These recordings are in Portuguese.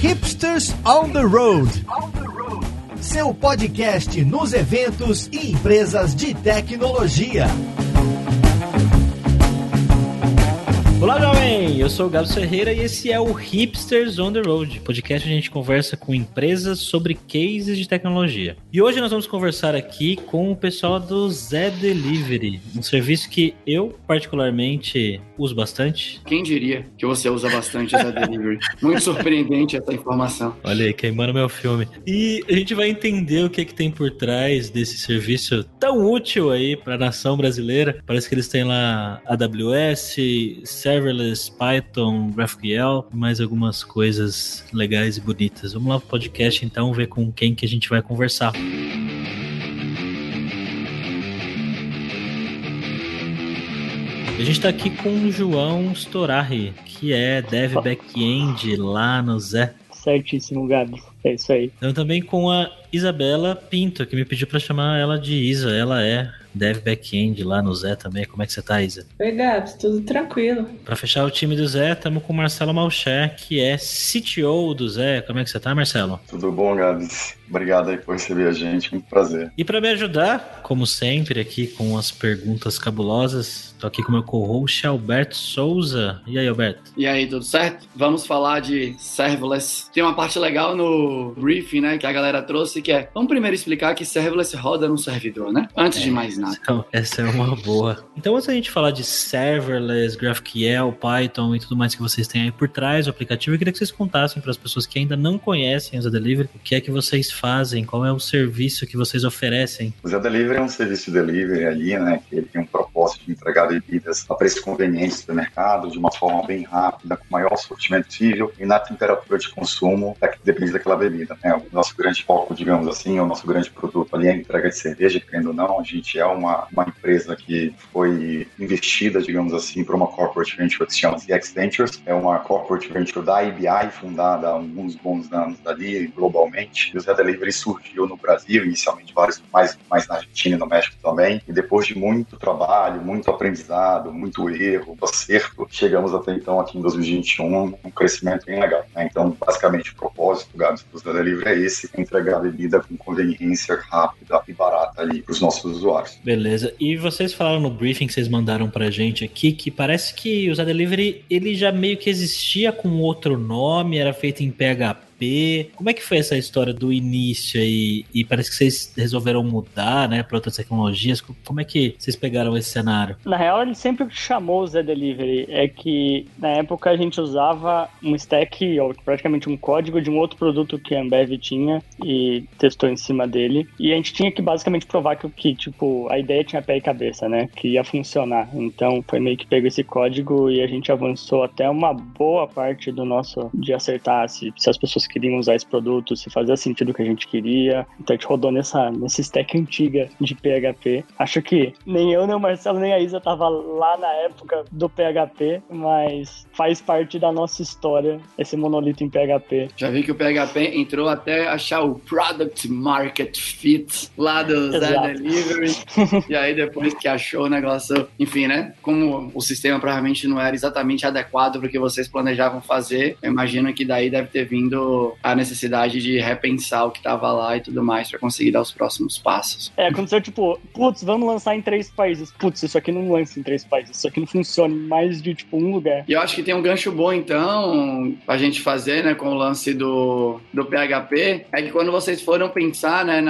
Hipsters on the Road, seu podcast nos eventos e empresas de tecnologia. Olá, jovem! Eu sou o Gabs Ferreira e esse é o Hipsters on the Road, podcast onde a gente conversa com empresas sobre cases de tecnologia. E hoje nós vamos conversar aqui com o pessoal do Zé Delivery, um serviço que eu particularmente uso bastante. Quem diria que você usa bastante o Zé Delivery? Muito surpreendente essa informação. Olha aí, queimando meu filme. E a gente vai entender o que tem por trás desse serviço tão útil aí para a nação brasileira. Parece que eles têm lá AWS, Serverless, Python, GraphQL e mais algumas coisas legais e bonitas. Vamos lá pro podcast então, ver com quem que a gente vai conversar. A gente está aqui com o João Storari, que é Dev Backend lá no Zé. Certíssimo, Gabi. É isso aí. Então também com a Isabela Pinto, que me pediu para chamar ela de Isa. Ela é Dev Backend lá no Zé também. Como é que você tá, Isa? Oi, Gabs, tudo tranquilo. Para fechar o time do Zé, estamos com o Marcelo Malcher, que é CTO do Zé. Como é que você tá, Marcelo? Tudo bom, Gabs? Obrigado aí por receber a gente, muito prazer. E para me ajudar, como sempre, aqui com as perguntas cabulosas, tô aqui com o meu co-host Alberto Souza. E aí, Alberto? E aí, tudo certo? Vamos falar de serverless. Tem uma parte legal no briefing, né, que a galera trouxe, que é, vamos primeiro explicar que serverless roda num servidor, né? Antes de mais nada. Então, essa é uma boa. Então, antes da gente falar de serverless, GraphQL, Python e tudo mais que vocês têm aí por trás do aplicativo, eu queria que vocês contassem para as pessoas que ainda não conhecem o Zé Delivery, o que é que vocês fazem, qual é o serviço que vocês oferecem. O Zé Delivery é um serviço de delivery ali, né, que ele tem um propósito de entregar bebidas a preço conveniente do mercado, de uma forma bem rápida, com o maior sortimento possível e na temperatura de consumo que depende daquela bebida, né? O nosso grande foco, digamos assim, o nosso grande produto ali é a entrega de cerveja, querendo ou não, a gente é uma empresa que foi investida, digamos assim, por uma corporate venture que se chama ZX Ventures, é uma corporate venture da IBI, fundada há alguns bons anos ali, globalmente, e o Zé Delivery surgiu no Brasil, inicialmente vários, mais na Argentina e no México também, e depois de muito trabalho, muito aprendizado, muito erro, acerto, chegamos até então aqui em 2021, um crescimento bem legal, né? Então, basicamente, o propósito, Gabs, do Zé Delivery é esse, entregar a bebida com conveniência rápida e barata ali para os nossos usuários. Beleza. E vocês falaram no briefing que vocês mandaram pra gente aqui que parece que o Zé Delivery, ele já meio que existia com outro nome, era feito em PHP. Como é que foi essa história do início aí? E parece que vocês resolveram mudar, né, para outras tecnologias. Como é que vocês pegaram esse cenário? Na real, ele sempre chamou o Zé Delivery. É que, na época, a gente usava um stack, ou praticamente um código de um outro produto que a Ambev tinha e testou em cima dele. E a gente tinha que, basicamente, provar que tipo, a ideia tinha pé e cabeça, né? Que ia funcionar. Então, foi meio que pegou esse código e a gente avançou até uma boa parte do nosso, de acertar se as pessoas queriam usar esse produto, se fazia sentido o que a gente queria. Então a gente rodou nesse stack antiga de PHP. Acho que nem eu, nem o Marcelo, nem a Isa tava lá na época do PHP, mas faz parte da nossa história esse monolito em PHP. Já vi que o PHP entrou até achar o Product Market Fit lá do Zé Delivery. E aí depois que achou o negócio, enfim, né? Como o sistema provavelmente não era exatamente adequado para o que vocês planejavam fazer, eu imagino que daí deve ter vindo a necessidade de repensar o que tava lá e tudo mais para conseguir dar os próximos passos. Aconteceu tipo, putz, vamos lançar em 3 países. Putz, isso aqui não lança em 3 países, isso aqui não funciona em mais de tipo um lugar. E eu acho que tem um gancho bom então pra gente fazer, né, com o lance do PHP, é que quando vocês foram pensar, né,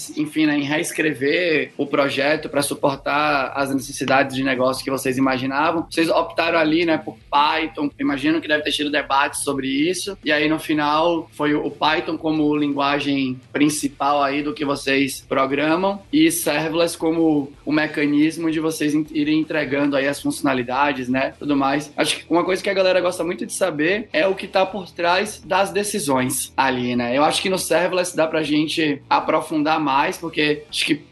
em reescrever o projeto para suportar as necessidades de negócio que vocês imaginavam, vocês optaram ali, né, por Python. Imagino que deve ter tido debate sobre isso, e aí no final foi o Python como linguagem principal aí do que vocês programam e serverless como o mecanismo de vocês irem entregando aí as funcionalidades, né, tudo mais. Acho que uma coisa que a galera gosta muito de saber é o que tá por trás das decisões ali, né. Eu acho que no serverless dá pra gente aprofundar mais, porque acho que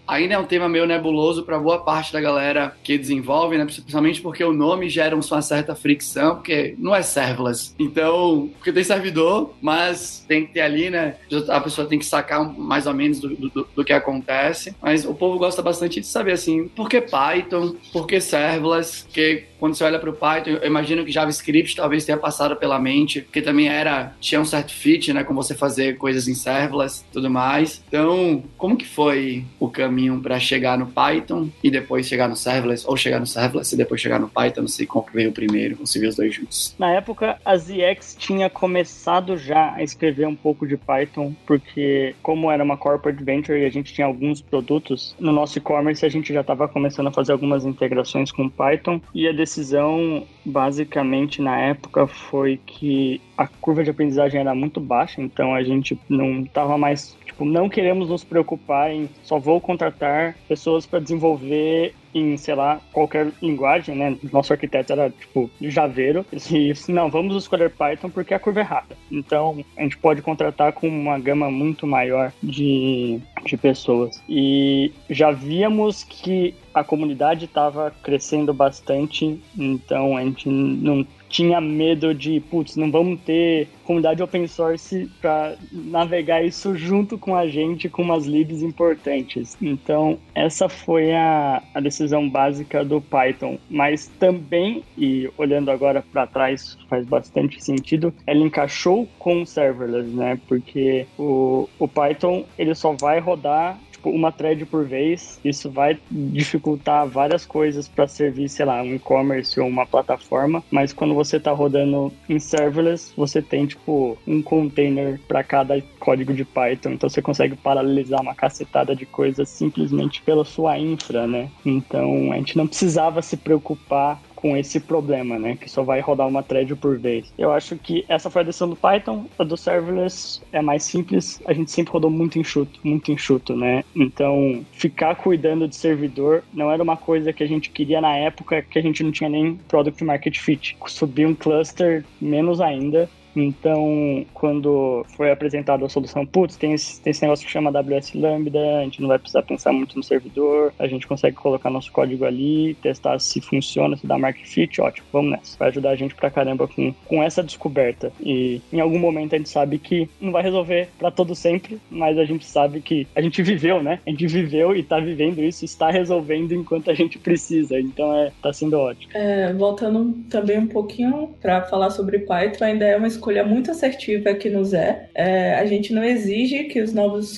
ainda é um tema meio nebuloso para boa parte da galera que desenvolve, né? Principalmente porque o nome gera uma certa fricção, porque não é serverless. Então, porque tem servidor, mas tem que ter ali, né? A pessoa tem que sacar mais ou menos do que acontece. Mas o povo gosta bastante de saber, assim, por que Python? Por que serverless? Porque quando você olha para o Python, eu imagino que JavaScript talvez tenha passado pela mente, porque também tinha um certo fit, né, com você fazer coisas em serverless e tudo mais. Então, como que foi o caminho para chegar no Python e depois chegar no serverless, ou chegar no serverless e depois chegar no Python? Não sei qual que veio primeiro, ou se viu os dois juntos. Na época, a ZX tinha começado já a escrever um pouco de Python, porque como era uma corporate venture e a gente tinha alguns produtos, no nosso e-commerce a gente já estava começando a fazer algumas integrações com Python, e a decisão, basicamente, na época, foi que a curva de aprendizagem era muito baixa, então a gente não estava mais, não queremos nos preocupar em só vou contratar pessoas para desenvolver em, sei lá, qualquer linguagem, né? Nosso arquiteto era, Javeiro. E não, vamos escolher Python porque a curva é rápida. Então, a gente pode contratar com uma gama muito maior de pessoas. E já víamos que a comunidade estava crescendo bastante, então a gente não tinha medo de, não vamos ter comunidade open source para navegar isso junto com a gente, com umas libs importantes. Então, essa foi a decisão básica do Python. Mas também, e olhando agora para trás, faz bastante sentido, ela encaixou com o serverless, né? Porque o Python, ele só vai rodar uma thread por vez. Isso vai dificultar várias coisas para servir, sei lá, um e-commerce ou uma plataforma, mas quando você está rodando em serverless, você tem, um container para cada código de Python, então você consegue paralelizar uma cacetada de coisas simplesmente pela sua infra, né? Então, a gente não precisava se preocupar com esse problema, né? Que só vai rodar uma thread por vez. Eu acho que essa foi a decisão do Python. A do serverless é mais simples. A gente sempre rodou muito enxuto, né? Então, ficar cuidando de servidor não era uma coisa que a gente queria na época, que a gente não tinha nem product market fit. Subir um cluster, menos ainda. Então, quando foi apresentada a solução, tem esse negócio que chama AWS Lambda, a gente não vai precisar pensar muito no servidor, a gente consegue colocar nosso código ali, testar se funciona, se dá market fit, ótimo, vamos nessa. Vai ajudar a gente pra caramba com essa descoberta. E em algum momento a gente sabe que não vai resolver pra todo sempre, mas a gente sabe que a gente viveu, né? A gente viveu e tá vivendo isso, está resolvendo enquanto a gente precisa. Então, tá sendo ótimo. Voltando também um pouquinho pra falar sobre Python, ainda é uma escolha muito assertiva aqui no Zé. A gente não exige que os novos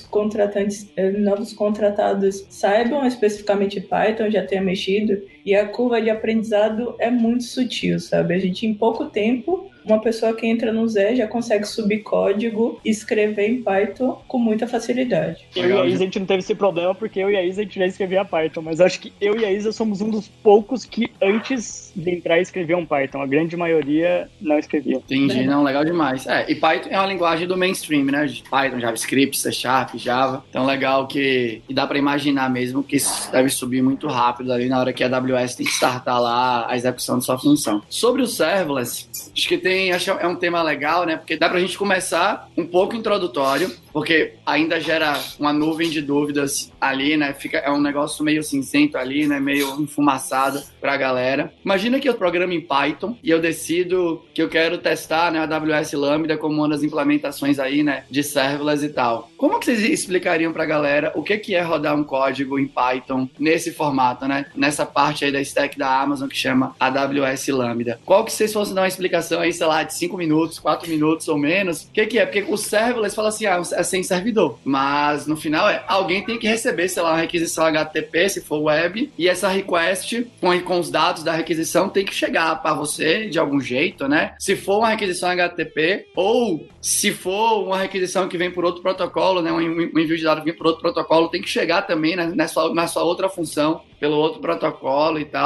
contratados saibam especificamente Python, já tenha mexido, e a curva de aprendizado é muito sutil, sabe? A gente, em pouco tempo, uma pessoa que entra no Zé já consegue subir código e escrever em Python com muita facilidade. Eu e a Isa, a gente não teve esse problema porque eu e a Isa a gente já escrevia Python, mas acho que eu e a Isa somos um dos poucos que antes de entrar escreviam Python. A grande maioria não escrevia. Entendi, não, legal demais. E Python é uma linguagem do mainstream, né? Python, JavaScript, C Sharp, Java. Então, legal que dá pra imaginar mesmo que isso deve subir muito rápido ali na hora que a AWS tem que startar lá a execução de sua função. Sobre o serverless, acho que é um tema legal, né? Porque dá pra gente começar um pouco introdutório, porque ainda gera uma nuvem de dúvidas ali, né? É um negócio meio cinzento ali, né? Meio enfumaçado pra galera. Imagina que eu programo em Python e eu decido que eu quero testar, né, a AWS Lambda como uma das implementações aí, né, de serverless e tal. Como que vocês explicariam pra galera o que é rodar um código em Python nesse formato, né? Nessa parte aí da stack da Amazon que chama AWS Lambda. Qual que vocês fossem dar uma explicação aí, sei lá, de 5 minutos, 4 minutos ou menos? O que é? Porque o serverless fala assim, é sem servidor. Mas no final alguém tem que receber, sei lá, uma requisição HTTP, se for web, e essa request com os dados da requisição tem que chegar para você de algum jeito, né? Se for uma requisição HTTP ou se for uma requisição que vem por outro protocolo, né? Um envio de dados que vem por outro protocolo, tem que chegar também, né, na sua outra função, pelo outro protocolo e tal.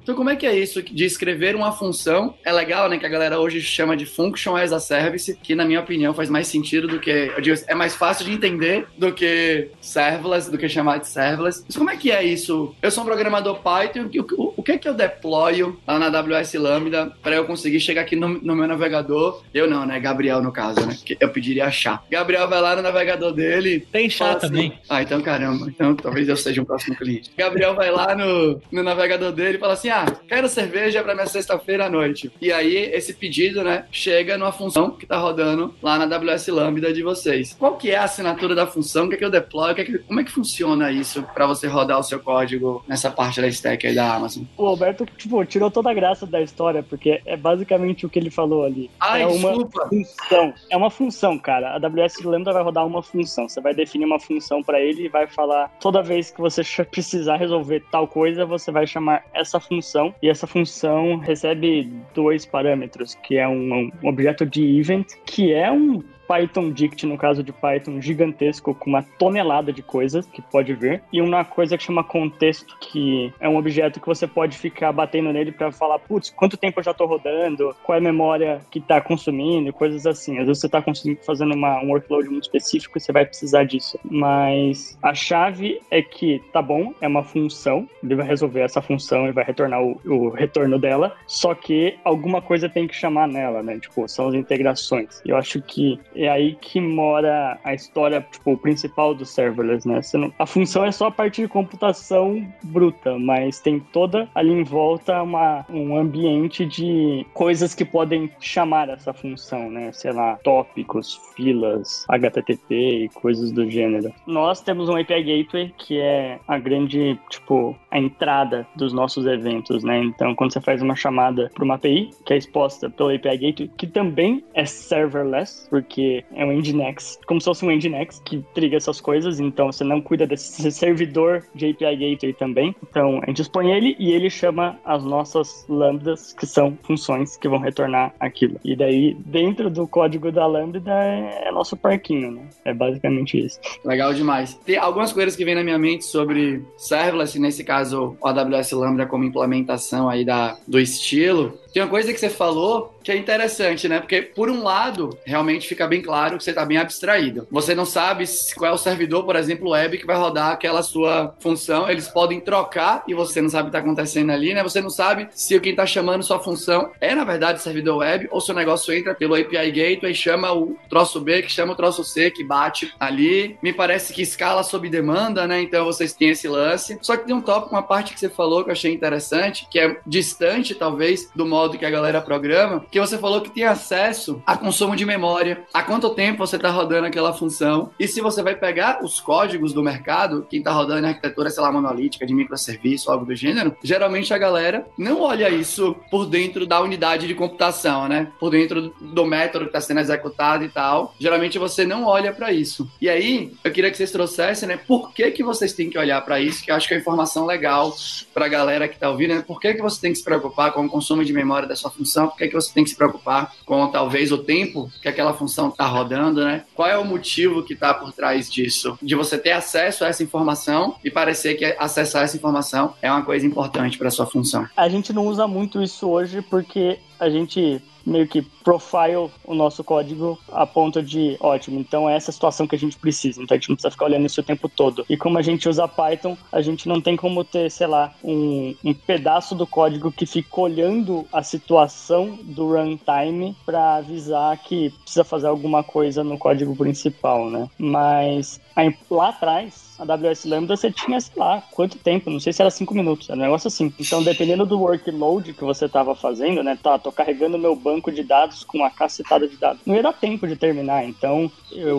Então, como é que é isso de escrever uma função? É legal, né, que a galera hoje chama de Function as a Service, que na minha opinião faz mais sentido do que, eu digo, é mais fácil de entender do que serverless, do que chamar de serverless. Mas como é que é isso? Eu sou um programador Python, o que é que eu deployo lá na AWS Lambda para eu conseguir chegar aqui no meu navegador? Eu não, né? Gabriel, no caso, né? Que eu pediria a chá. Gabriel vai lá no navegador dele. Tem chá assim, também. Ah, então caramba. Então talvez eu seja um próximo cliente. Gabriel vai lá no navegador dele e fala assim, quero cerveja para minha sexta-feira à noite. E aí esse pedido, né, chega numa função que tá rodando lá na AWS Lambda de vocês. Qual que é a assinatura da função? O que é que eu deployo? Como é que funciona isso para você rodar o seu código nessa parte da stack aí da Amazon? O Alberto, tirou toda a graça da história, porque é basicamente o que ele falou ali. Ai, desculpa. Função. É uma função, cara. A AWS Lambda vai rodar uma função. Você vai definir uma função para ele e vai falar, toda vez que você precisar resolver tal coisa, você vai chamar essa função, e essa função recebe 2 parâmetros, que é um objeto de event, que é um Python dict, no caso de Python, gigantesco, com uma tonelada de coisas que pode ver, e uma coisa que chama contexto, que é um objeto que você pode ficar batendo nele para falar, putz, quanto tempo eu já tô rodando, qual é a memória que tá consumindo, coisas assim. Às vezes você tá fazendo um workload muito específico e você vai precisar disso. Mas a chave é que, tá bom, é uma função, ele vai resolver essa função e vai retornar o retorno dela, só que alguma coisa tem que chamar nela, né? Tipo, são as integrações. Eu acho que é aí que mora a história, tipo, principal do serverless, né? A função é só a parte de computação bruta, mas tem toda ali em volta um ambiente de coisas que podem chamar essa função, né? Sei lá, tópicos, filas, HTTP e coisas do gênero. Nós temos um API Gateway que é a grande, tipo, a entrada dos nossos eventos, né? Então, quando você faz uma chamada para uma API, que é exposta pelo API Gateway, que também é serverless, porque é um Nginx, como se fosse um Nginx que triga essas coisas, então você não cuida desse servidor de API Gateway também. Então a gente expõe ele e ele chama as nossas lambdas, que são funções que vão retornar aquilo. E daí, dentro do código da lambda, é nosso parquinho, né? É basicamente isso. Legal demais. Tem algumas coisas que vêm na minha mente sobre serverless, nesse caso o AWS Lambda como implementação aí do estilo. Tem uma coisa que você falou que é interessante, né? Porque, por um lado, realmente fica bem claro que você está bem abstraído. Você não sabe qual é o servidor, por exemplo, web, que vai rodar aquela sua função. Eles podem trocar e você não sabe o que está acontecendo ali, né? Você não sabe se quem está chamando sua função é, na verdade, servidor web, ou se o negócio entra pelo API Gateway e chama o troço B, que chama o troço C, que bate ali. Me parece que escala sob demanda, né? Então, vocês têm esse lance. Só que tem um tópico, uma parte que você falou que eu achei interessante, que é distante, talvez, do modo que a galera programa, que você falou que tem acesso a consumo de memória, a quanto tempo você está rodando aquela função, e se você vai pegar os códigos do mercado, quem está rodando em arquitetura, sei lá, monolítica, de microserviço, algo do gênero, geralmente a galera não olha isso por dentro da unidade de computação, né? Por dentro do método que está sendo executado e tal. Geralmente você não olha para isso. E aí, eu queria que vocês trouxessem, né, por que vocês têm que olhar para isso, que eu acho que é uma informação legal para a galera que está ouvindo, né? Por que você tem que se preocupar com o consumo de memória da sua função? Por que você tem que se preocupar com, talvez, o tempo que aquela função está rodando, né? Qual é o motivo que está por trás disso? De você ter acesso a essa informação e parecer que acessar essa informação é uma coisa importante para sua função. A gente não usa muito isso hoje porque a gente meio que profile o nosso código a ponto de, ótimo, então é essa situação que a gente precisa, então a gente não precisa ficar olhando isso o tempo todo. E como a gente usa Python, a gente não tem como ter, sei lá, um pedaço do código que fica olhando a situação do runtime para avisar que precisa fazer alguma coisa no código principal, né? Mas aí, lá atrás, a AWS Lambda, você tinha, sei lá, quanto tempo, não sei se era 5 minutos, era um negócio assim. Então, dependendo do workload que você estava fazendo, né, tô carregando meu banco de dados com uma cacetada de dados, não ia dar tempo de terminar. Então,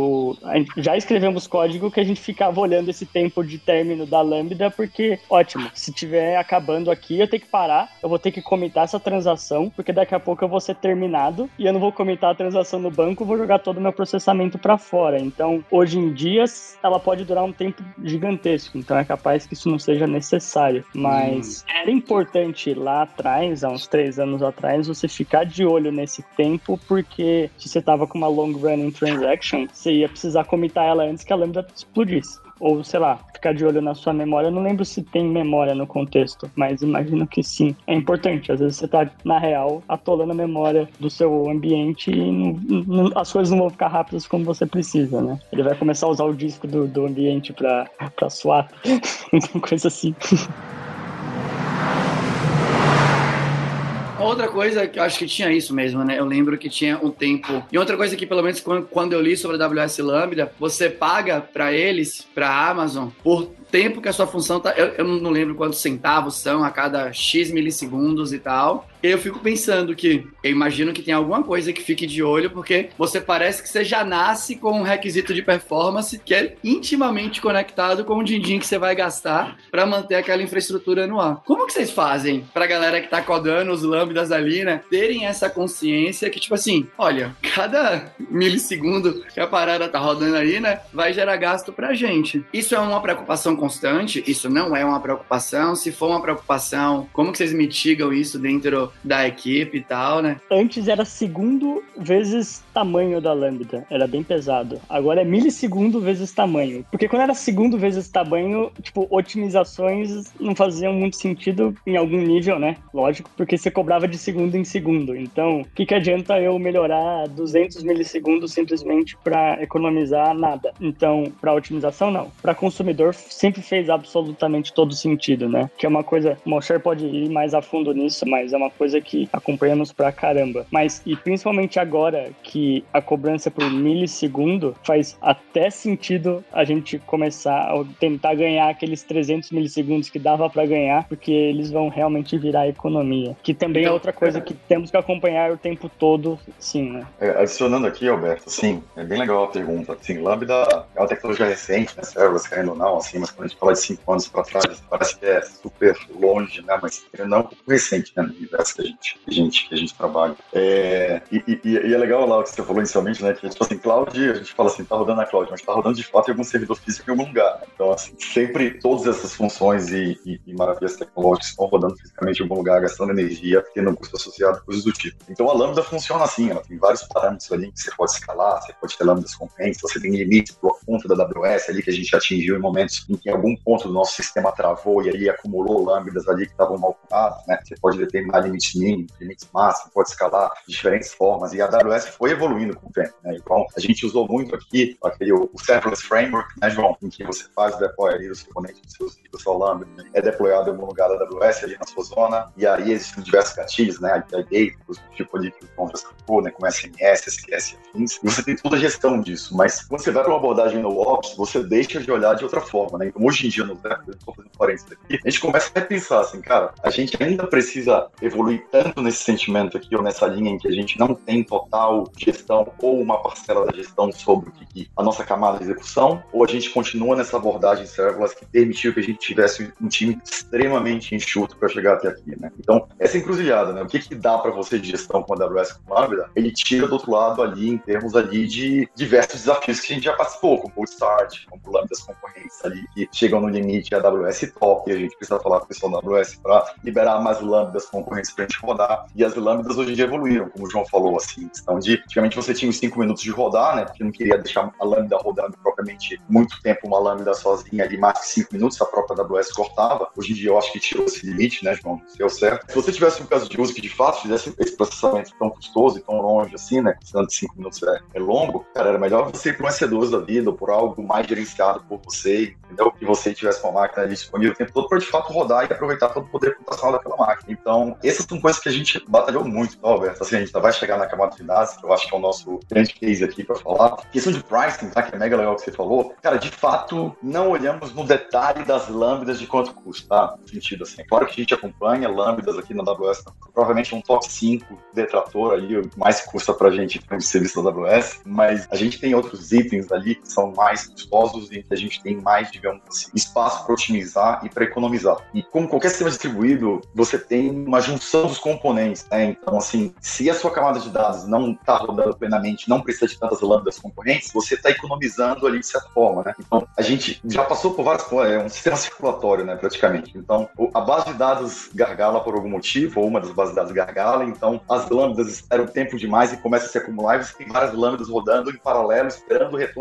já escrevemos código que a gente ficava olhando esse tempo de término da Lambda, porque, ótimo, se tiver acabando aqui, eu tenho que parar, eu vou ter que commitar essa transação, porque daqui a pouco eu vou ser terminado, e eu não vou commitar a transação no banco, vou jogar todo o meu processamento para fora. Então, hoje em dia, ela pode durar um tempo gigantesco, então é capaz que isso não seja necessário, mas era importante lá atrás, há uns 3 anos atrás, você ficar de olho nesse tempo, porque se você tava com uma long running transaction, você ia precisar commitar ela antes que a Lambda explodisse. ou sei lá, ficar de olho na sua memória. Eu não lembro se tem memória no contexto, mas imagino que sim. É importante, às vezes você tá, na real, atolando a memória do seu ambiente e as coisas não vão ficar rápidas como você precisa, né? Ele vai começar a usar o disco do ambiente pra swap, coisa assim. Outra coisa que eu acho que tinha isso mesmo, né? Eu lembro que tinha um tempo. E outra coisa que, pelo menos quando eu li sobre a AWS Lambda, você paga pra eles, pra Amazon, por tempo que a sua função tá. Eu não lembro quantos centavos são a cada X milissegundos e tal. E eu fico pensando que eu imagino que tem alguma coisa que fique de olho, porque você parece que você já nasce com um requisito de performance que é intimamente conectado com o din-din que você vai gastar para manter aquela infraestrutura no ar. Como que vocês fazem pra galera que tá codando os lambdas ali, né, terem essa consciência que, tipo assim, olha, cada milissegundo que a parada tá rodando aí, né, vai gerar gasto pra gente. Isso é uma preocupação constante? Isso não é uma preocupação? Se for uma preocupação, como que vocês mitigam isso dentro da equipe e tal, né? Antes era segundo vezes tamanho da Lambda, era bem pesado. Agora é milissegundo vezes tamanho. Porque quando era segundo vezes tamanho, tipo, otimizações não faziam muito sentido em algum nível, né? Lógico, porque você cobrava de segundo em segundo. Então, o que adianta eu melhorar 200 milissegundos simplesmente para economizar nada? Então, para otimização, não. Para consumidor, sempre fez absolutamente todo sentido, né? Que é uma coisa, o Mosher pode ir mais a fundo nisso, mas é uma coisa que acompanhamos pra caramba. Mas, e principalmente agora que a cobrança por milissegundo, faz até sentido a gente começar a tentar ganhar aqueles 300 milissegundos que dava pra ganhar, porque eles vão realmente virar economia. Que também é outra coisa que temos que acompanhar o tempo todo, sim, né? Adicionando aqui, Alberto, sim, é bem legal a pergunta. Assim, Lambda é uma tecnologia recente, né? Serverless, querendo ou não, assim, mas quando a gente fala de 5 anos pra trás, parece que é super longe, né? Mas não, um pouco recente, né? No universo que a gente trabalha. E é legal lá o que você falou inicialmente, né? Que, tipo assim, cloud, a gente fala assim, tá rodando na cloud, mas tá rodando de fato em algum servidor físico em algum lugar, né? Então, assim, sempre todas essas funções e maravilhas tecnológicas estão rodando fisicamente em algum lugar, gastando energia, tendo um custo associado, coisas do tipo. Então, a Lambda funciona assim, ela tem vários parâmetros ali que você pode escalar, você pode ter lambdas concorrentes, você tem limites por conta da AWS ali que a gente atingiu em momentos em que em algum ponto do nosso sistema travou e aí acumulou lambdas ali que estavam mal curadas, né? Você pode determinar limites mínimos, limites máximos, pode escalar de diferentes formas, e a AWS foi evoluindo com o tempo, né? Então, a gente usou muito aqui o Serverless Framework, né, João, em que você faz o deploy ali dos componentes do seu Lambda, é deployado em algum lugar da AWS ali na sua zona, e aí existem diversos gatilhos, né, tipo ali que o João já explicou, né, como SMS, SQS e afins, e você tem toda a gestão disso, mas quando você vai para uma abordagem no Ops, você deixa de olhar de outra forma, né? Então, hoje em dia, eu estou fazendo parênteses aqui, a gente começa a pensar assim, cara, a gente ainda precisa evoluir tanto nesse sentimento aqui, ou nessa linha em que a gente não tem total gestão ou uma parcela da gestão sobre o que a nossa camada de execução, ou a gente continua nessa abordagem serverless que permitiu que a gente tivesse um time extremamente enxuto para chegar até aqui, né? Então, essa encruzilhada, né? O que dá para você de gestão com a AWS com Lambda, ele tira do outro lado ali, em termos ali de diversos desafios que a gente já participou, como o Start, como Lambdas concorrentes ali, que chegam no limite a AWS top, e a gente precisa falar com o pessoal da AWS para liberar mais Lambdas concorrentes para a gente rodar, e as Lambdas hoje em dia evoluíram, como o João falou, assim, questão de, antigamente você tinha uns 5 minutos de rodar, né, porque não queria deixar a Lambda rodando propriamente muito tempo, uma Lambda sozinha ali, mais de 5 minutos, a própria AWS cortava. Hoje em dia eu acho que tirou esse limite, né, João, se deu certo. Se você tivesse um caso de uso que de fato fizesse esse processamento tão custoso e tão longe assim, né, precisando de 5 minutos é longo, cara, era melhor você ir para um EC2 da vida, ou por algo mais gerenciado por você, entendeu? Que você tivesse uma máquina ali disponível o tempo todo para de fato rodar e aproveitar todo o poder computacional daquela máquina. Então, essas são coisas que a gente batalhou muito, tá, Alberto? Assim, a gente vai chegar na camada de dados, que eu acho que é o nosso grande case aqui para falar. Questão de pricing, tá? Que é mega legal que você falou. Cara, de fato, não olhamos no detalhe das lambdas de quanto custa, tá? No sentido assim, é claro que a gente acompanha lambdas aqui na AWS, provavelmente um top 5 detrator ali, o mais custa pra gente ter um serviço da AWS, mas a gente tem outros itens ali que são mais custosos e que a gente tem mais, digamos assim, espaço para otimizar e para economizar. E como qualquer sistema distribuído, você tem uma junção dos componentes, né? Então, assim, se a sua camada de dados não está rodando plenamente, não precisa de tantas lambdas concorrentes, você está economizando ali de certa forma, né? Então, a gente já passou por várias coisas, é um sistema circulatório, né, praticamente. Então, a base de dados gargala por algum motivo, ou uma das bases de dados gargala, então as lambdas esperam tempo demais e começa a se acumular e você tem várias lambdas rodando em paralelo, esperando o retorno da base de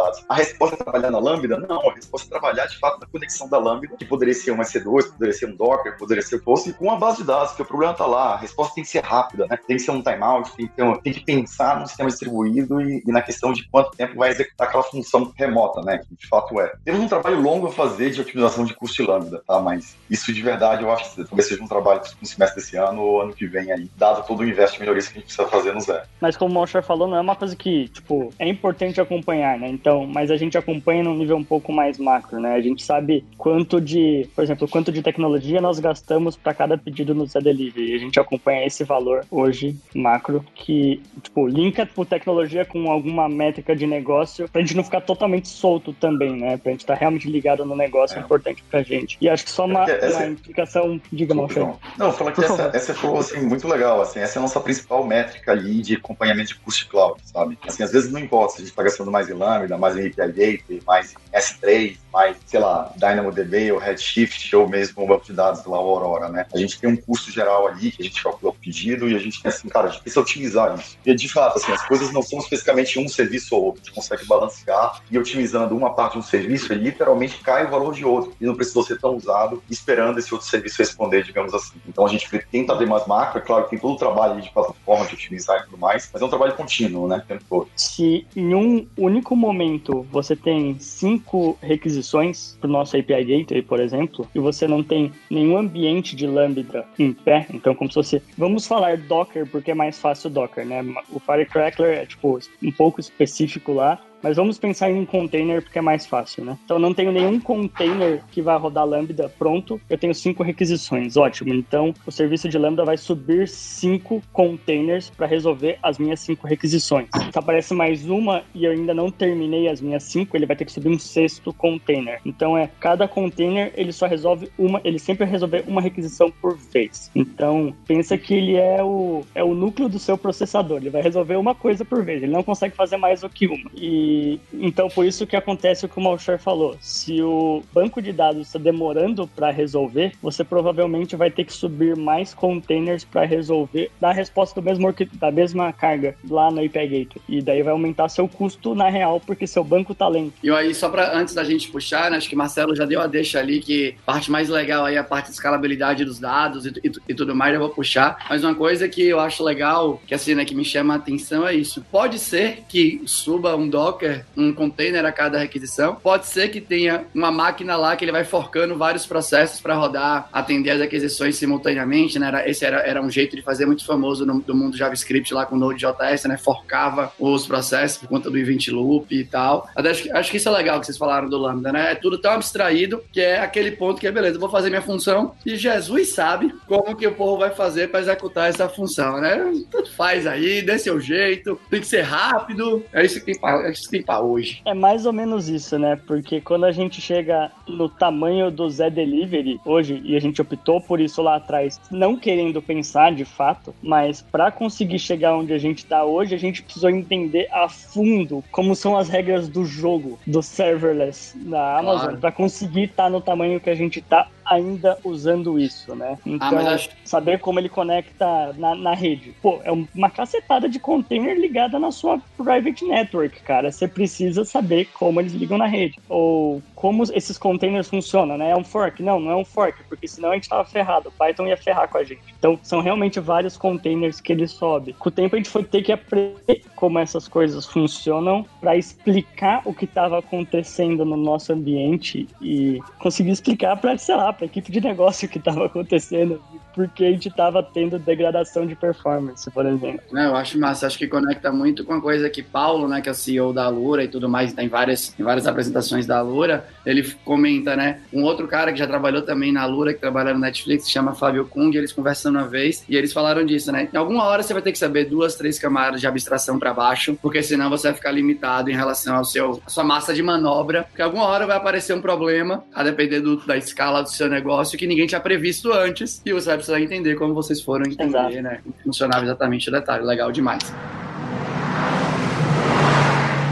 dados. A resposta é trabalhar na Lambda? Não, a resposta é trabalhar, de fato, na conexão da Lambda, que poderia ser um EC2, poderia ser um Docker, poderia ser o que fosse, com uma base de dados, que o problema está lá. A resposta tem que ser rápida, né? Tem que ser um timeout, tem que pensar no sistema distribuído e na questão de quanto tempo vai executar aquela função remota, né? Que de fato é. Temos um trabalho longo a fazer de otimização de custo de Lambda, tá? Mas isso de verdade eu acho que talvez seja um trabalho no semestre desse ano ou ano que vem aí, dado todo o investe de melhorias que a gente precisa fazer no zero. Mas como o Malcher falou, não é uma coisa que, tipo, é importante acompanhar, né? Então, mas a gente acompanha num nível um pouco mais macro, né? A gente sabe quanto de, por exemplo, quanto de tecnologia nós gastamos para cada pedido no Z-Delivery. A gente acompanha esse valor hoje, macro, que, tipo, linka por tecnologia com alguma métrica de negócio pra gente não ficar totalmente solto também, né? Pra gente estar realmente ligado no negócio, é importante pra gente. E acho que só uma implicação... Diga, Malcher. Não, falar que essa foi, assim, muito legal, assim, essa é a nossa principal métrica ali de acompanhamento de custo de cloud, sabe? Assim, às vezes não importa se a gente está gastando mais em Lambda, mais em API Gateway, mais em S3, mais, sei lá, DynamoDB ou Redshift ou mesmo o banco de dados lá, o Aurora, né? A gente tem um custo geral ali que a gente calcula o pedido e a gente tem assim, cara, a gente precisa otimizar isso. E de fato, assim, as coisas não são especificamente um serviço ou outro, a gente consegue balancear e otimizando uma parte de um serviço, ele literalmente cai o valor de outro e não precisou ser tão usado esperando esse outro serviço responder, digamos assim. Então a gente tenta ver mais macro, é claro que tem todo o trabalho de plataforma de otimizar e tudo mais, mas é um trabalho contínuo, né? Tempo todo. Se em um único momento você tem 5 requisições para o nosso API Gateway, por exemplo, e você não tem nenhum ambiente de Lambda em pé, então como se fosse... Vamos falar Docker, porque é mais fácil Docker, né? O Firecracker é, tipo, um pouco específico lá, mas vamos pensar em um container porque é mais fácil, né? Então, eu não tenho nenhum container que vai rodar Lambda pronto, eu tenho 5 requisições, ótimo. Então, o serviço de Lambda vai subir 5 containers para resolver as minhas 5 requisições. Se aparece mais uma e eu ainda não terminei as minhas 5, ele vai ter que subir um 6º container. Então, cada container, ele só resolve ele sempre resolver uma requisição por vez. Então, pensa que ele é o núcleo do seu processador, ele vai resolver uma coisa por vez, ele não consegue fazer mais do que uma. Então, por isso que acontece o que o Malcher falou. Se o banco de dados está demorando para resolver, você provavelmente vai ter que subir mais containers para resolver, dar a resposta da mesma carga lá no API Gateway. E daí vai aumentar seu custo na real, porque seu banco tá lento. E aí, só para antes da gente puxar, né, acho que Marcelo já deu a deixa ali, que a parte mais legal aí é a parte de escalabilidade dos dados e tudo mais, eu vou puxar. Mas uma coisa que eu acho legal, que assim, né, que me chama a atenção é isso. Pode ser que suba um Docker, um container a cada requisição. Pode ser que tenha uma máquina lá que ele vai forcando vários processos para rodar, atender as requisições simultaneamente, né? Esse era um jeito de fazer muito famoso do mundo JavaScript lá com o Node.js, né? Forcava os processos por conta do event loop e tal. Acho que isso é legal que vocês falaram do Lambda, né? É tudo tão abstraído que é aquele ponto que é beleza, eu vou fazer minha função e Jesus sabe como que o povo vai fazer para executar essa função, né? Tudo faz aí, dê seu jeito, tem que ser rápido, é isso que tem para hoje. É mais ou menos isso, né? Porque quando a gente chega no tamanho do Z-Delivery hoje, e a gente optou por isso lá atrás, não querendo pensar de fato, mas para conseguir chegar onde a gente tá hoje, a gente precisou entender a fundo como são as regras do jogo, do serverless da Amazon, para conseguir estar no tamanho que a gente tá ainda usando isso, né? Então, saber como ele conecta na rede. Pô, é uma cacetada de container ligada na sua private network, cara. Você precisa saber como eles ligam na rede. Ou como esses containers funcionam, né? É um fork? Não é um fork, porque senão a gente tava ferrado. O Python ia ferrar com a gente. Então, são realmente vários containers que ele sobe. Com o tempo, a gente foi ter que aprender como essas coisas funcionam para explicar o que estava acontecendo no nosso ambiente e conseguir explicar para, sei lá, para a equipe de negócio o que estava acontecendo, porque a gente estava tendo degradação de performance, por exemplo. Eu acho massa, acho que conecta muito com a coisa que Paulo, né, que é o CEO da Alura e tudo mais, tá em várias apresentações da Alura, ele comenta, né, um outro cara que já trabalhou também na Alura, que trabalha no Netflix, se chama Fábio Kung, eles conversando uma vez, e eles falaram disso, né, em alguma hora você vai ter que saber 2, 3 camadas de abstração para baixo, porque senão você vai ficar limitado em relação à sua massa de manobra, porque alguma hora vai aparecer um problema, a depender da escala do seu negócio, que ninguém tinha previsto antes, e você vai precisar entender como vocês foram entender, exato, né? Como funcionava exatamente o detalhe. Legal demais.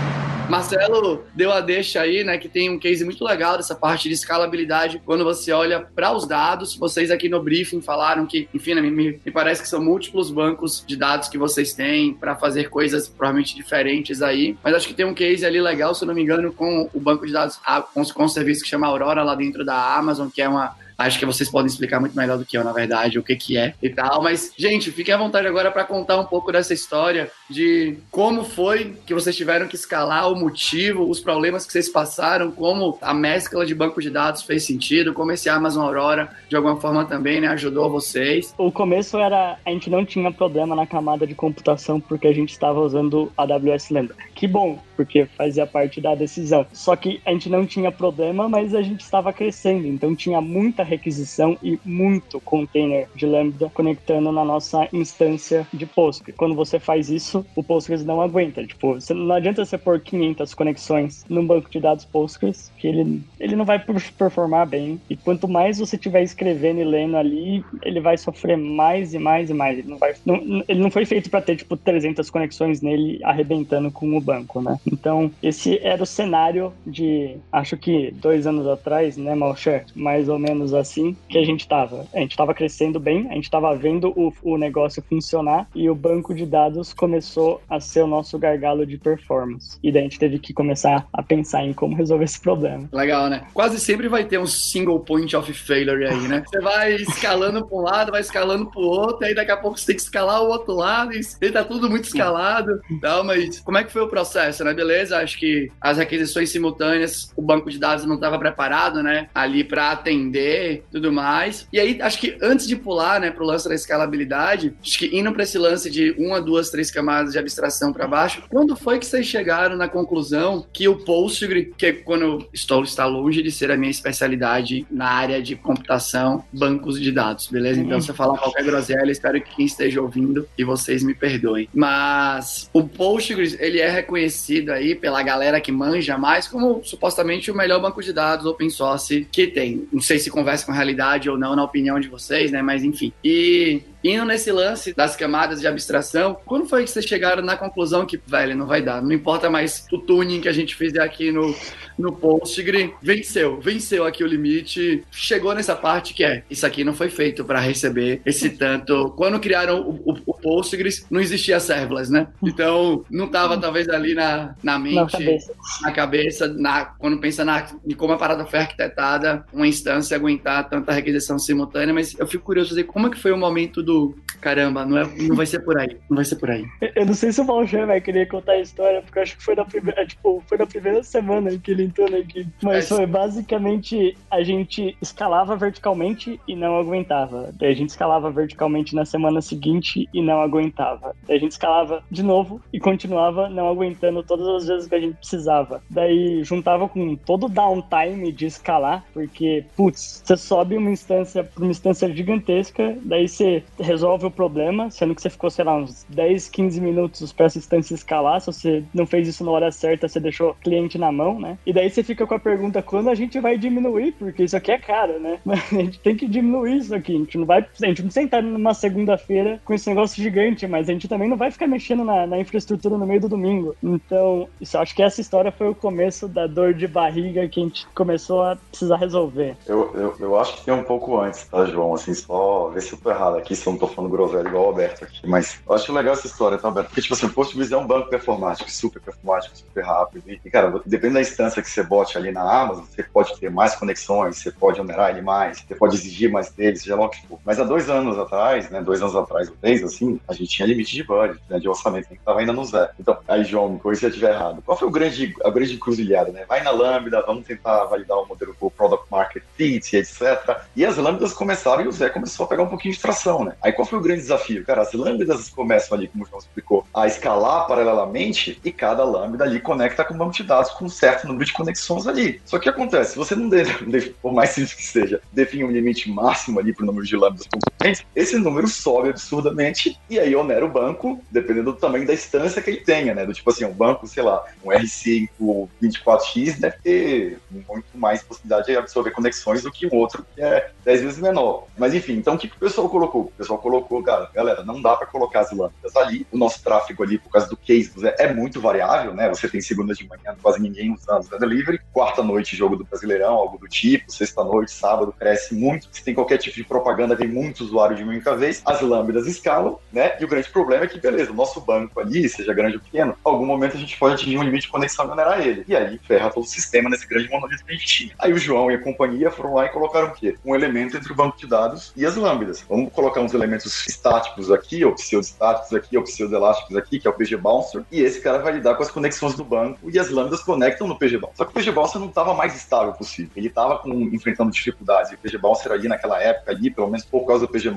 Marcelo deu a deixa aí, né, que tem um case muito legal dessa parte de escalabilidade quando você olha para os dados. Vocês aqui no briefing falaram que, enfim, né, me parece que são múltiplos bancos de dados que vocês têm para fazer coisas provavelmente diferentes aí, mas acho que tem um case ali legal, se eu não me engano, com o banco de dados, com o serviço que chama Aurora lá dentro da Amazon, que é uma... Acho que vocês podem explicar muito melhor do que eu, na verdade, o que é e tal. Mas, gente, fiquem à vontade agora para contar um pouco dessa história de como foi que vocês tiveram que escalar, o motivo, os problemas que vocês passaram, como a mescla de banco de dados fez sentido, como esse Amazon Aurora, de alguma forma também, né, ajudou vocês. O começo era, a gente não tinha problema na camada de computação porque a gente estava usando AWS Lambda. Que bom, porque fazia parte da decisão. Só que a gente não tinha problema, mas a gente estava crescendo, então tinha muita requisição e muito container de Lambda conectando na nossa instância de Postgres. Quando você faz isso, o Postgres não aguenta. Tipo, não adianta você pôr 500 conexões num banco de dados Postgres, que ele não vai performar bem. E quanto mais você estiver escrevendo e lendo ali, ele vai sofrer mais e mais e mais. Ele não foi feito para ter, tipo, 300 conexões nele arrebentando com o banco, né? Então, esse era o cenário de, acho que 2 anos atrás, né, Malcher? Mais ou menos assim que a gente tava crescendo bem, a gente tava vendo o negócio funcionar e o banco de dados começou a ser o nosso gargalo de performance. E daí a gente teve que começar a pensar em como resolver esse problema. Legal, né? Quase sempre vai ter um single point of failure aí, né? Você vai escalando para um lado, vai escalando para o outro, aí daqui a pouco você tem que escalar o outro lado e tá tudo muito escalado. Então, mas como é que foi o processo, né? Beleza, acho que as requisições simultâneas, o banco de dados não estava preparado, né? Ali para atender tudo mais. E aí, acho que antes de pular, né, pro lance da escalabilidade, acho que indo para esse lance de 1, 2, 3 camadas de abstração para baixo, quando foi que vocês chegaram na conclusão que o Postgres, que quando está longe de ser a minha especialidade na área de computação, bancos de dados, beleza? Então, se eu falar qualquer groselha, espero que quem esteja ouvindo e vocês me perdoem. Mas o Postgres, ele é reconhecido aí pela galera que manja mais como supostamente o melhor banco de dados open source que tem. Não sei se conversa com a realidade ou não, na opinião de vocês, né? Mas enfim. E indo nesse lance das camadas de abstração, quando foi que vocês chegaram na conclusão que, velho, não vai dar, não importa mais o tuning que a gente fez aqui no Postgres, venceu aqui o limite, chegou nessa parte que isso aqui não foi feito para receber esse tanto. Quando criaram o Postgres, não existia serverless, né? Então, não tava talvez ali na mente, na cabeça, quando pensa em como a parada foi arquitetada, uma instância aguentar tanta requisição simultânea, mas eu fico curioso de dizer como é que foi o momento do caramba, não vai ser por aí, não vai ser por aí. Eu não sei se o Valjean vai querer contar a história, porque eu acho que foi na primeira semana que ele entrou na equipe. Mas foi basicamente, a gente escalava verticalmente e não aguentava. Daí a gente escalava verticalmente na semana seguinte e não aguentava. Daí a gente escalava de novo e continuava não aguentando todas as vezes que a gente precisava. Daí juntava com todo o downtime de escalar, porque, putz, você sobe uma instância para uma instância gigantesca, daí você resolve o problema, sendo que você ficou, sei lá, uns 10, 15 minutos para essa instância escalar. Se você não fez isso na hora certa, você deixou o cliente na mão, né? E daí você fica com a pergunta, quando a gente vai diminuir? Porque isso aqui é caro, né? Mas a gente tem que diminuir isso aqui. A gente não senta numa segunda-feira com esse negócio gigante, mas a gente também não vai ficar mexendo na infraestrutura no meio do domingo. Então, acho que essa história foi o começo da dor de barriga que a gente começou a precisar resolver. Eu acho que tem um pouco antes, tá, João? Assim, só ver se eu tô errado aqui, se eu não tô falando groselha igual o Alberto aqui, mas eu acho legal essa história, tá, Alberto? Porque, tipo assim, o Postgres é um banco performático, super rápido. E, cara, dependendo da instância que você bote ali na Amazon, você pode ter mais conexões, você pode onerar ele mais, você pode exigir mais dele, seja lá o que for. Mas há 2 anos atrás, né, 2 anos atrás, ou 3, assim, a gente tinha limite de budget, né, de orçamento, que tava ainda no zero. Então, aí, João, me corrija se eu estiver errado. Qual foi a grande encruzilhada, né? Vai na Lambda, vamos tentar validar o modelo por Product Market Fit, etc. E as Lambdas começaram e o Zé começou a pegar um pouquinho de tração, né? Aí qual foi o grande desafio? Cara, as Lambdas começam ali, como o João explicou, a escalar paralelamente e cada Lambda ali conecta com um banco de dados com um certo número de conexões ali. Só que o que acontece? Se você não, por mais simples que seja, define um limite máximo ali para o número de Lambdas concorrentes, esse número sobe absurdamente e aí onera o banco, dependendo do tamanho da instância que ele tenha, né? Do tipo assim, um banco, sei lá, um R5 24X deve ter muito mais possibilidade de absorver conexões do que um outro que é 10 vezes menor. Mas enfim, então o que o pessoal colocou? O pessoal pessoal colocou, cara, galera, não dá para colocar as lâmpadas ali. O nosso tráfego ali, por causa do case é muito variável, né? Você tem segunda de manhã, quase ninguém usando o delivery. Quarta-noite, jogo do Brasileirão, algo do tipo. Sexta-noite, sábado, cresce muito. Se tem qualquer tipo de propaganda, vem muito usuário de uma única vez. As lâmpadas escalam, né? E o grande problema é que, beleza, o nosso banco ali, seja grande ou pequeno, em algum momento a gente pode atingir um limite de conexão e onerar ele. E aí ferra todo o sistema nesse grande monolito que a gente tinha. Aí o João e a companhia foram lá e colocaram o quê? Um elemento entre o banco de dados e as lambdas. Vamos colocar uns elementos estáticos aqui, ou pseudo-estáticos aqui, ou pseudo-elásticos aqui, que é o PG Bouncer, e esse cara vai lidar com as conexões do banco e as lambdas conectam no PG Bouncer. Só que o PG Bouncer não estava mais estável possível. Ele estava enfrentando dificuldades. E o PG Bouncer ali naquela época, ali, pelo menos por causa do PG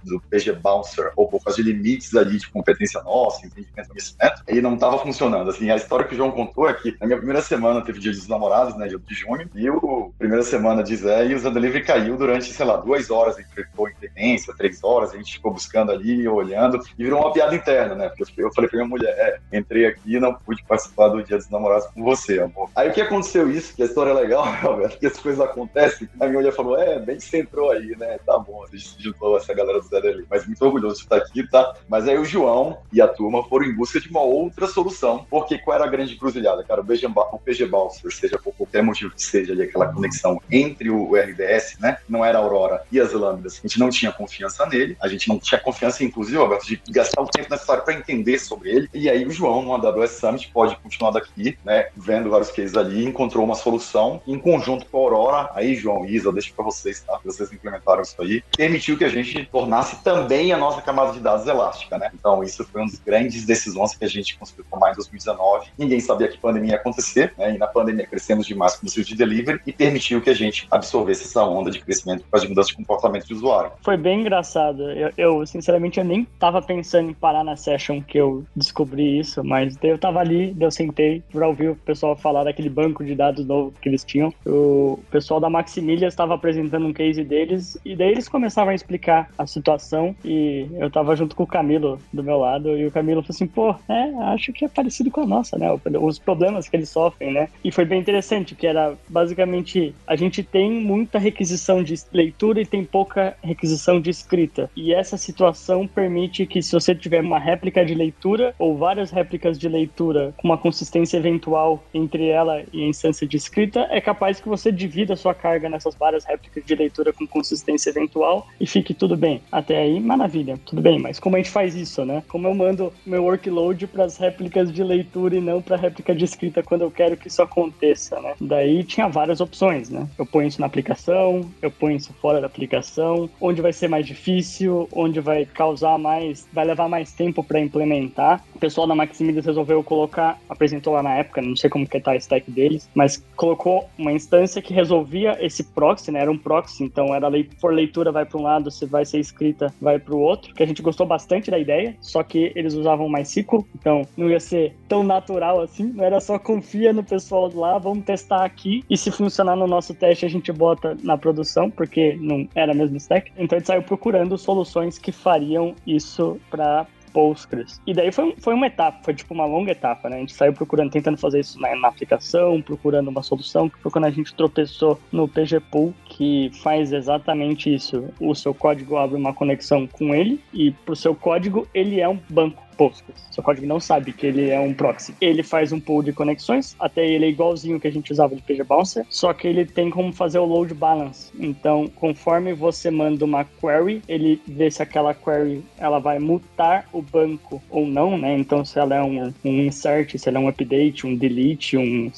Bouncer, ou por causa de limites ali de competência nossa, entendimento, conhecimento, ele não estava funcionando. Assim, a história que o João contou é que na minha primeira semana teve Dia dos Namorados, né, de junho, e a primeira semana de Zé e o Delivery caiu durante, sei lá, 2 horas, enfrentou interferência, 3 horas, a gente ficou buscando ali, olhando, e virou uma piada interna, né, porque eu falei pra minha mulher, entrei aqui e não pude participar do Dia dos Namorados com você, amor. Aí o que aconteceu isso, que a história é legal, Roberto, que as coisas acontecem, a minha mulher falou, bem que você entrou aí, né, tá bom, a gente se juntou essa galera do Zé Delivery, mas muito orgulhoso de estar aqui, tá? Mas aí o João e a turma foram em busca de uma outra solução, porque qual era a grande encruzilhada, cara? O PG Bouncer, seja por qualquer motivo que seja ali aquela conexão entre o RDS, né? Não era a Aurora e as lambdas. A gente não tinha confiança nele, a gente não tinha confiança, inclusive, Roberto, de gastar o tempo necessário para entender sobre ele. E aí o João, no AWS Summit, pode continuar daqui, né? Vendo vários cases ali, encontrou uma solução em conjunto com a Aurora. Aí, João e Isa, eu deixo para vocês, tá? Vocês implementaram isso aí. Permitiu que a gente tornasse também a nossa camada de dados elástica, né? Então, isso foi uma das grandes decisões que a gente conseguiu tomar em 2019. Ninguém sabia que pandemia ia acontecer, né? E na pandemia crescemos demais com o serviço de delivery e permitiu que a gente absorvesse essa onda de crescimento para as mudanças de comportamento de usuário. Foi bem engraçado. Eu sinceramente, eu nem tava pensando em parar na session que eu descobri isso, mas eu tava ali, eu sentei pra ouvir o pessoal falar daquele banco de dados novo que eles tinham. O pessoal da Maximilias estava apresentando um case deles e daí eles começavam a explicar a situação e eu tava junto com o Camilo do meu lado e o Camilo falou assim, acho que é parecido com a nossa, né? Os problemas que eles sofrem, né? E foi bem interessante, que era basicamente, a gente tem muita requisição de leitura e tem pouca requisição de escrita. E essa situação permite que se você tiver uma réplica de leitura ou várias réplicas de leitura com uma consistência eventual entre ela e a instância de escrita, é capaz que você divida a sua carga nessas várias réplicas de leitura com consistência eventual e fique tudo bem. Até aí, maravilha, tudo bem, mas como a gente faz isso, né? Como eu mando meu workload para as réplicas de leitura e não para a réplica de escrita quando eu quero que isso aconteça, né? Daí tinha várias opções, né? Eu ponho isso na aplicação, eu ponho isso fora da aplicação, onde vai ser mais difícil, onde vai causar mais, vai levar mais tempo para implementar. O pessoal da Maximilias resolveu apresentou lá na época, não sei como que tá a stack deles, mas colocou uma instância que resolvia esse proxy, né? Era um proxy, então era por leitura vai para um lado, se vai ser escrita vai para o outro, que a gente gostou bastante da ideia, só que eles usavam MySQL, então não ia ser tão natural assim, não era só confia no pessoal lá, vamos testar aqui e se funcionar no nosso teste a gente bota na produção, porque não era a mesma stack. Então a gente saiu procurando soluções que fariam isso para Postgres. E daí foi uma etapa, foi tipo uma longa etapa, né? A gente saiu procurando, tentando fazer isso na aplicação, procurando uma solução, que foi quando a gente tropeçou no PGPool, que faz exatamente isso. O seu código abre uma conexão com ele e pro seu código ele é um banco Postgres. Seu código não sabe que ele é um proxy. Ele faz um pool de conexões, até ele é igualzinho que a gente usava de PG Bouncer, só que ele tem como fazer o load balance. Então, conforme você manda uma query, ele vê se aquela query ela vai mutar o banco ou não, né? Então, se ela é um insert, se ela é um update, um delete,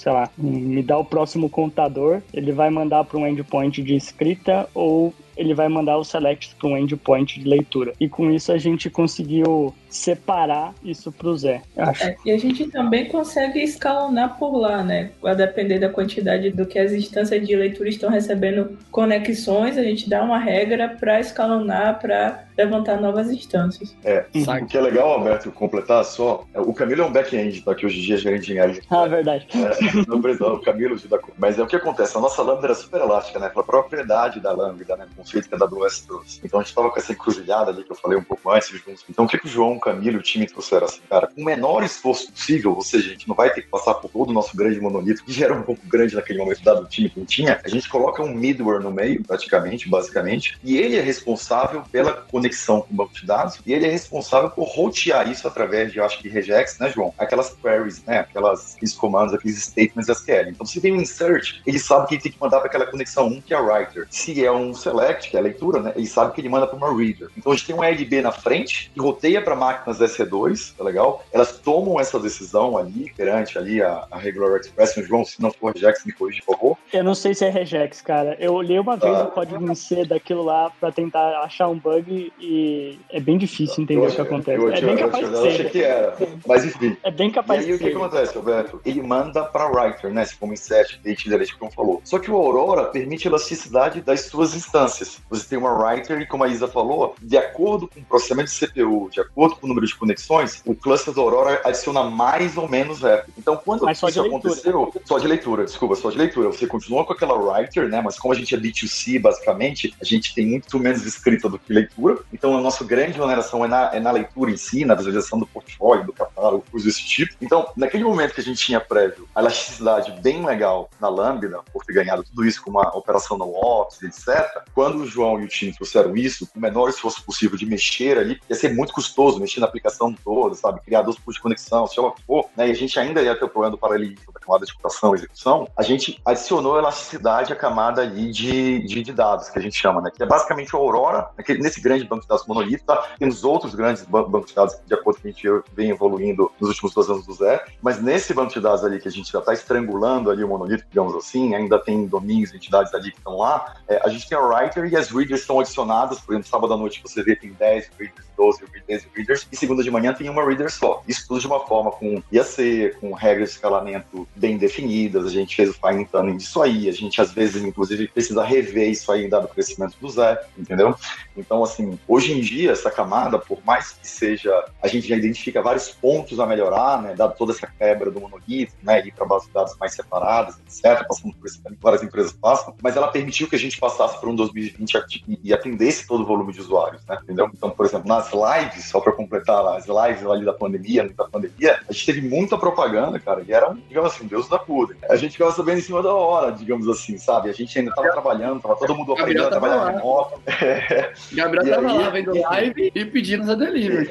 me dá o próximo contador, ele vai mandar para um endpoint de escrita ou ele vai mandar o select para um endpoint de leitura. E com isso a gente conseguiu separar isso para o Zé, acho. E a gente também consegue escalonar por lá, né? A depender da quantidade do que as instâncias de leitura estão recebendo conexões, a gente dá uma regra para escalonar, para levantar novas instâncias. O que é legal, Alberto, completar só, o Camilo é um back-end, tá? Que hoje em dia é gerente de engenharia. Verdade. Não precisa, o Camilo ajuda. Mas o que acontece? A nossa lambda era super elástica, né? Pela propriedade da lambda, né? O conceito que a AWS trouxe. Então a gente estava com essa encruzilhada ali que eu falei um pouco antes. Então o que o João Camilo e o time trouxeram assim, cara, com o menor esforço possível, ou seja, a gente não vai ter que passar por todo o nosso grande monolito, que já era um pouco grande naquele momento, dado o time que não tinha, a gente coloca um middleware no meio, praticamente, basicamente, e ele é responsável pela conexão com o banco de dados, e ele é responsável por rotear isso através de, eu acho que regex, né, João? Aquelas queries, né, aqueles comandos, aqueles statements SQL. Então, se tem um insert, ele sabe que ele tem que mandar para aquela conexão 1, que é a writer. Se é um select, que é a leitura, né, ele sabe que ele manda para uma reader. Então, a gente tem um LB na frente, que roteia para máquinas EC2, tá legal? Elas tomam essa decisão ali, perante ali a Regular Expression. João, se não for regex, me corrige, por favor. Eu não sei se é regex, cara. Eu olhei uma vez o código em C daquilo lá para tentar achar um bug e é bem difícil entender o que acontece. É bem capaz de ser. Eu achei que era, mas enfim. É bem capaz de ser. E aí o que acontece, Roberto? Ele manda para writer, né? Como em set, date, delete, que o João falou. Só que o Aurora permite elasticidade das suas instâncias. Você tem uma writer e, como a Isa falou, de acordo com o processamento de CPU, de acordo com o número de conexões, o cluster da Aurora adiciona mais ou menos rápido. Então, quando isso aconteceu... Só de leitura. Você continua com aquela writer, né? Mas como a gente é B2C, basicamente, a gente tem muito menos escrita do que leitura. Então, a nossa grande oneração é na leitura em si, na visualização do portfólio, do catálogo, coisas desse tipo. Então, naquele momento que a gente tinha prévio a elasticidade bem legal na Lambda, por ter ganhado tudo isso com uma operação no Ops, etc., quando o João e o time trouxeram isso, com o menor esforço possível de mexer ali, ia ser muito custoso mexer na aplicação toda, sabe? Criar 2 pontos de conexão, seja lá o que for, né? E a gente ainda ia ter o problema do paralelismo da camada de computação e execução. A gente adicionou elasticidade à camada ali de dados, que a gente chama, né? Que é basicamente o Aurora, nesse grande banco de dados monolito, tá? Temos outros grandes bancos de dados, de acordo com a gente vem evoluindo nos últimos 2 anos do Zé, mas nesse banco de dados ali que a gente já está estrangulando ali o monolito, digamos assim, ainda tem domínios, entidades ali que estão lá, a gente tem a writer e as readers estão adicionadas, por exemplo, sábado à noite você vê tem 10 readers, 12 readers, e segunda de manhã tem uma reader só. Isso tudo de uma forma com IAC, com regras de escalamento bem definidas, a gente fez o fine tuning disso aí, a gente às vezes, inclusive, precisa rever isso aí, dado o crescimento do Zé, entendeu? Então, assim, hoje em dia, essa camada, por mais que seja, a gente já identifica vários pontos a melhorar, né, dado toda essa quebra do monolito, né, ir para bases de dados mais separadas, etc., passando por isso que várias empresas passam, mas ela permitiu que a gente passasse por um 2020 e atendesse todo o volume de usuários, né, entendeu? Então, por exemplo, nas lives, só para completar as lives ali da pandemia, a gente teve muita propaganda, cara, e era, digamos assim, Deus da puta. A gente ficava sabendo em cima da hora, digamos assim, sabe? A gente ainda estava trabalhando, tava todo mundo aprendendo a trabalhar remoto. Gabriel tava lá vendo live e pedindo a delivery.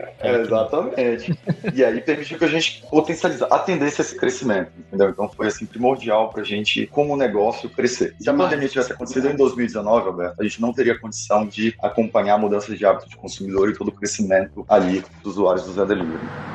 Exatamente. E aí permitiu que a gente atendesse esse crescimento, entendeu? Então foi assim primordial pra gente, como negócio, crescer. Se a pandemia tivesse acontecido em 2019, Alberto, a gente não teria condição de acompanhar a mudança de hábito de consumidor e todo o crescimento ali dos usuários do Zé Delivery.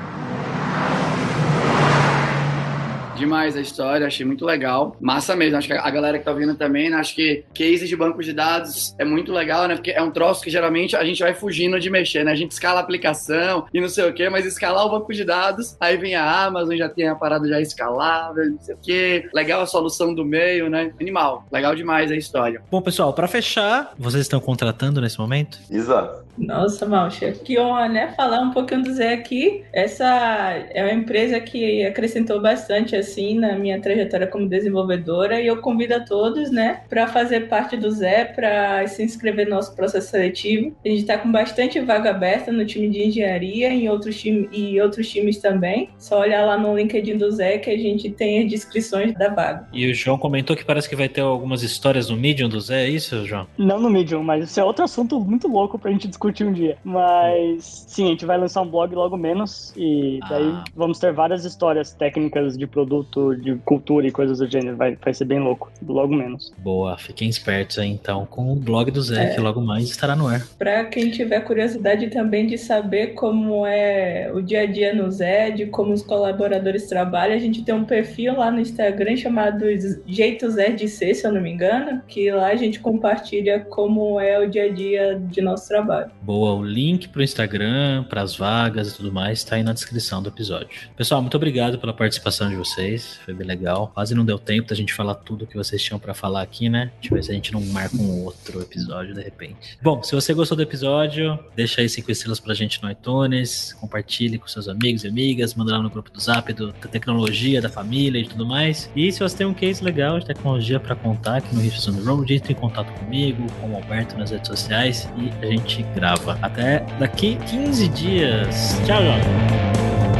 Demais a história, achei muito legal. Massa mesmo, acho que a galera que tá ouvindo também, né? Acho que case de banco de dados é muito legal, né? Porque é um troço que geralmente a gente vai fugindo de mexer, né? A gente escala a aplicação e não sei o quê, mas escalar o banco de dados, aí vem a Amazon, já tem a parada já escalável, não sei o quê. Legal a solução do meio, né? Animal. Legal demais a história. Bom, pessoal, pra fechar, vocês estão contratando nesse momento? Exato. Nossa, Malcha, que honra, né? Falar um pouquinho do Zé aqui. Essa é uma empresa que acrescentou bastante, assim, na minha trajetória como desenvolvedora, e eu convido a todos, né, para fazer parte do Zé, para se inscrever no nosso processo seletivo. A gente está com bastante vaga aberta no time de engenharia e outros times também. Só olhar lá no LinkedIn do Zé que a gente tem as descrições da vaga. E o João comentou que parece que vai ter algumas histórias no Medium do Zé, é isso, João? Não no Medium, mas isso é outro assunto muito louco pra gente discutir um dia. Mas sim, a gente vai lançar um blog logo menos e daí vamos ter várias histórias técnicas de produto, de cultura e coisas do gênero. Vai ser bem louco, logo menos. Boa, fiquem espertos aí então com o blog do Zé, que logo mais estará no ar. Pra quem tiver curiosidade também de saber como é o dia a dia no Zé, de como os colaboradores trabalham, a gente tem um perfil lá no Instagram chamado Jeito Zé de Ser, se eu não me engano, que lá a gente compartilha como é o dia a dia de nosso trabalho. Boa, o link pro Instagram, pras vagas e tudo mais tá aí na descrição do episódio. Pessoal, muito obrigado pela participação de vocês, foi bem legal. Quase não deu tempo da gente falar tudo que vocês tinham pra falar aqui, né? Deixa eu ver se a gente não marca um outro episódio de repente. Bom, se você gostou do episódio, deixa aí 5 estrelas pra gente no iTunes, compartilhe com seus amigos e amigas, manda lá no grupo do Zap da tecnologia, da família e tudo mais. E se você tem um case legal de tecnologia pra contar aqui no Riffs on the Road, entre em contato comigo, com o Alberto nas redes sociais e a gente grava. Java. Até daqui 15 dias. Tchau, Java.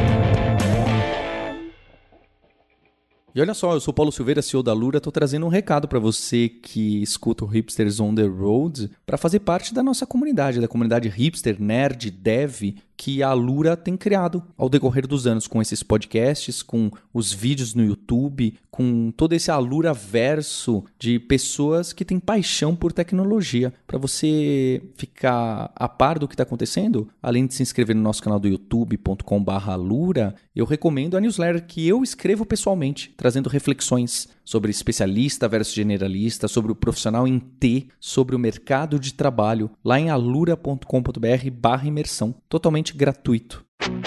E olha só, eu sou o Paulo Silveira, CEO da Alura, estou trazendo um recado para você que escuta o Hipsters on the Road para fazer parte da nossa comunidade, da comunidade hipster, nerd, dev, que a Alura tem criado ao decorrer dos anos com esses podcasts, com os vídeos no YouTube, com todo esse Alura verso de pessoas que têm paixão por tecnologia. Para você ficar a par do que está acontecendo, além de se inscrever no nosso canal do youtube.com/alura, eu recomendo a newsletter que eu escrevo pessoalmente, trazendo reflexões sobre especialista versus generalista, sobre o profissional em T, sobre o mercado de trabalho, lá em alura.com.br/imersão, totalmente gratuito.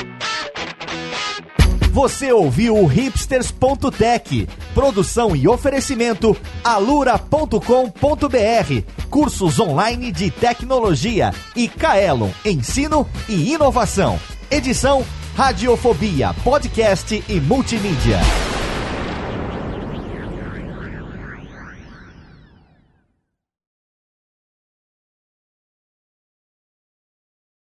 Você ouviu o hipsters.tech, produção e oferecimento alura.com.br, cursos online de tecnologia e Kaelon, ensino e inovação. Edição Radiofobia, podcast e multimídia.